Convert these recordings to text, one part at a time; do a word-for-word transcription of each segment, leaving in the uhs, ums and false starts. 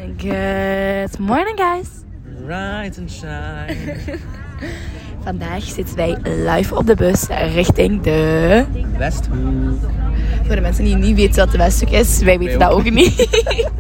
Good morning, guys. Rise and shine. Vandaag zitten wij live op de bus richting de Westhoek. Voor de mensen die niet weten wat de Westhoek is, wij weten Wij dat ook. ook niet.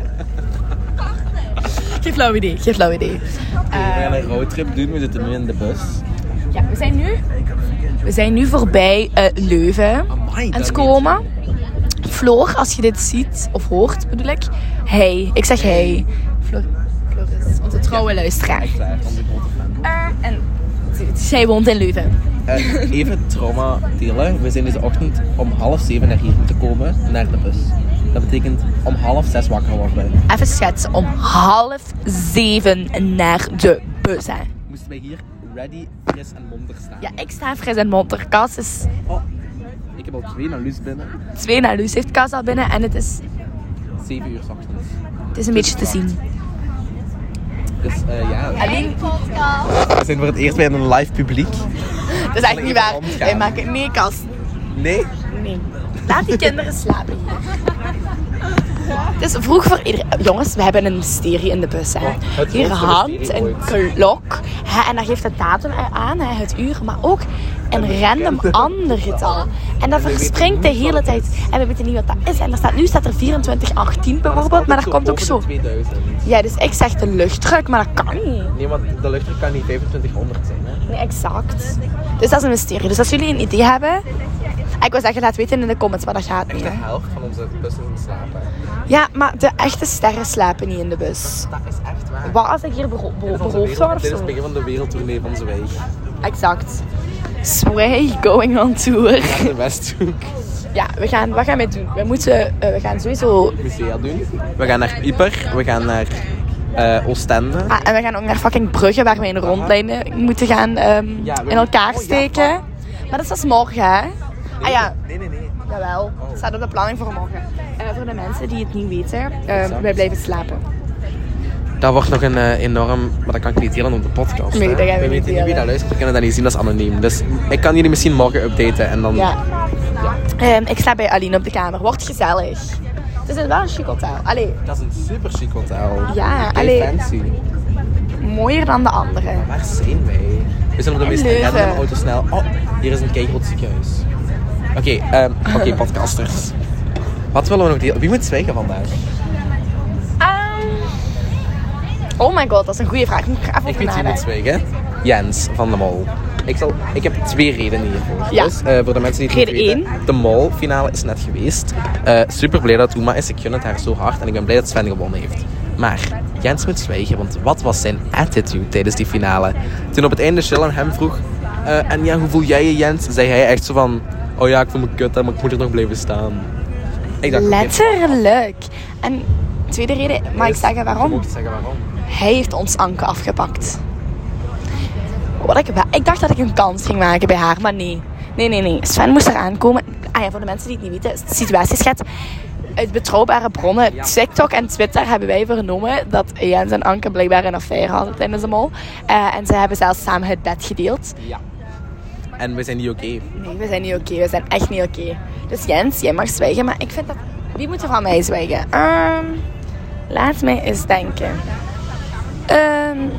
Geen flauw idee, geen flauw idee. We gaan een roadtrip doen, we zitten nu in de bus. Ja, we zijn nu, we zijn nu voorbij uh, Leuven Amai, aan dat het komen. Floor, als je dit ziet of hoort, bedoel ik. Hey, ik zeg hey. Floor, Floor is onze trouwe luisteraar. Echt waar, onze grote fan. Uh, en zij woont in Leuven. Uh, even trauma delen. We zijn deze ochtend om half zeven naar hier moeten komen, naar de bus. Dat betekent om half zes wakker worden. Even schetsen, om half zeven naar de bus. Hè. Moesten wij hier ready, fris en mondig staan. Ja, ik sta fris en monter. Kas is Oh, ik heb al twee naar Luus binnen. twee naar Luus heeft Kas al binnen en het is, Zeven uur 's ochtends. het is een beetje te zien. Dus uh, ja, Alleen, we zijn voor het eerst bij een live publiek. dat is echt niet waar. rondgaan. Wij maken, nee, Kas. Nee? Nee. Laat die kinderen slapen hier. Het is vroeg voor iedereen. Jongens, we hebben een mysterie in de bus. Hè. het Hier grootste hangt mysterie een ooit. klok. Hè, en daar geeft de datum aan, hè, het uur. Maar ook een random ander getal. En dat verspringt de hele tijd. En we weten niet wat dat is. En er staat, nu staat er vierentwintig achttien bijvoorbeeld. Maar dat komt ook zo. tweeduizend. Ja, dus ik zeg de luchtdruk, maar dat kan niet. Nee, want de luchtdruk kan niet vijfentwintighonderd zijn, hè? Nee, exact. Dus dat is een mysterie. Dus als jullie een idee hebben... Ik wil zeggen, laat weten in de comments, maar dat gaat Echt niet. de Hè. helft van onze bussen slapen. Ja, maar de echte sterren slapen niet in de bus. Dat is echt waar. Wat als ik hier bero- Dit bero- is onze beroofd wereld- word of Dit is zo? het begin van de wereldtournee van Zweig. Exact. Sway going on tour. Naar de Westhoek. Ja, we gaan, wat gaan we doen? We moeten, uh, we gaan sowieso... Musea doen. We gaan naar Yper. We gaan naar uh, Oostende. Ah, en we gaan ook naar fucking Brugge, waar we in rondlijnen moeten gaan um, Ja, we- in elkaar oh, ja, steken. Maar dat is pas morgen, hè? Ah ja, Nee, nee, nee. jawel. Het staat op de planning voor morgen. Uh, voor de mensen die het niet weten, uh, wij blijven slapen. Dat wordt nog een uh, enorm... Maar dat kan ik niet delen op de podcast. Nee, hè. dat gaan we we niet weten niet wie delen. dat luistert. We kunnen dat niet zien, dat is anoniem. Dus ik kan jullie misschien morgen updaten en dan... Ja. Um, ik sta bij Aline op de kamer. Wordt gezellig. Het is wel een chic hotel. Allee, Dat is een super chic hotel. Ja, Kei allee. fancy. mooier dan de andere. Waar zijn wij? We zijn op de meest Leuven. random autosnel. Oh, hier is een keigroot ziekenhuis. Oké, okay, um, oké, okay, podcasters. Wat willen we nog delen? Wie moet zwijgen vandaag? Um, oh my god, dat is een goede vraag. Moet ik er even Ik over weet wie moet nadenken. zwijgen. Jens van de Mol. Ik, zal, ik heb twee redenen hiervoor. Ja. Dus, uh, voor de mensen die het niet Reden weten. De Mol finale is net geweest. Uh, super blij dat Oema is. Ik gun het haar zo hard. En ik ben blij dat Sven gewonnen heeft. Maar Jens moet zwijgen. Want wat was zijn attitude tijdens die finale? Toen op het einde Sheldon hem vroeg... Uh, en ja, hoe voel jij je, Jens? Zei hij echt zo van... Oh ja, ik voel me kut, hè, maar ik moet er nog blijven staan. Ik dacht, Letterlijk. En tweede reden, mag ik zeggen Je waarom? mag zeggen waarom. Hij heeft ons Anke afgepakt. Wat ik, ik dacht dat ik een kans ging maken bij haar, maar nee. Nee, nee, nee. Sven moest eraan komen. Ah ja, voor de mensen die het niet weten, de situatieschets. Uit betrouwbare bronnen, Ja. TikTok en Twitter, hebben wij vernomen dat Jens en Anke blijkbaar een affaire hadden tijdens de mol. Uh, en ze hebben zelfs samen het bed gedeeld. Ja. En we zijn niet oké. Okay. Nee, we zijn niet oké. We zijn echt niet oké. Dus Jens, jij mag zwijgen, maar ik vind dat... Wie moet er van mij zwijgen? Um, laat mij eens denken. Um,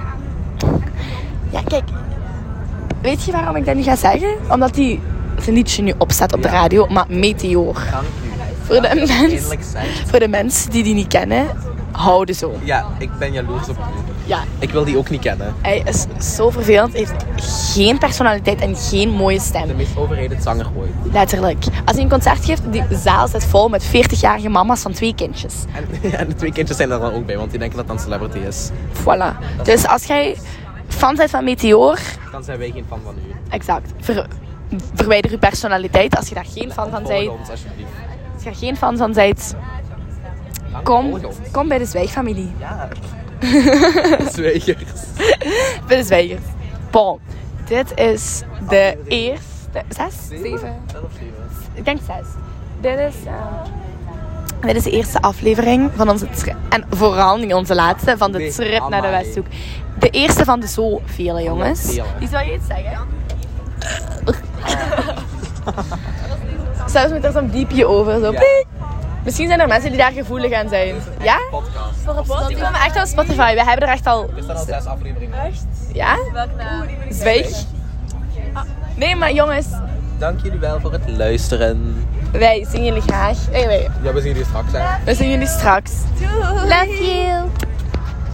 ja, kijk. Weet je waarom ik dat nu ga zeggen? Omdat die zijn liedje nu opstaat op de radio, maar Meteor. Dank u. Voor de, Dank u dat je mens, eindelijk zegt. voor de mensen die die niet kennen, houden zo. Ja, ik ben jaloers op u. Ja, Ik wil die ook niet kennen. hij is zo vervelend, heeft geen personaliteit en geen mooie De stem. meest overrated zanger ooit. Letterlijk. Als hij een concert geeft, die zaal zit vol met veertigjarige mama's van twee kindjes. En, en de twee kindjes zijn er dan ook bij, want die denken dat dat een celebrity is. Voilà. Dus als jij fan bent van Meteor, Dan zijn wij geen fan van u. exact, ver, verwijder je personaliteit. Als je daar geen fan van bent, Volg ons alsjeblieft. als je daar geen fan van bent, Dank, kom, volg ons. kom bij de Zwijgfamilie. Ja. Zwijgers. Bij de Zwijgers. Bon, dit is de eerste... Zes? Zeven? Ik denk zes. Dit is... Uh, dit is de eerste aflevering van onze trip. En vooral niet onze laatste, van de Nee, trip naar de amai. Westhoek. De eerste van de zoveel, jongens. Vele. Die zou je iets zeggen? Zelfs met er zo'n diepje over. Zo. Ja. piep. Misschien zijn er mensen die daar gevoelig aan zijn. Ja? Podcast. voor op Spotify. Die komen echt op Spotify. We hebben er echt al... Er staan al zes afleveringen. Echt? Ja? Welke naam? Zweeg. Nee, maar jongens, Dank jullie wel voor het luisteren. wij zien jullie graag. Anyway, Ja, we zien jullie straks. Hè. we zien jullie straks. Love you.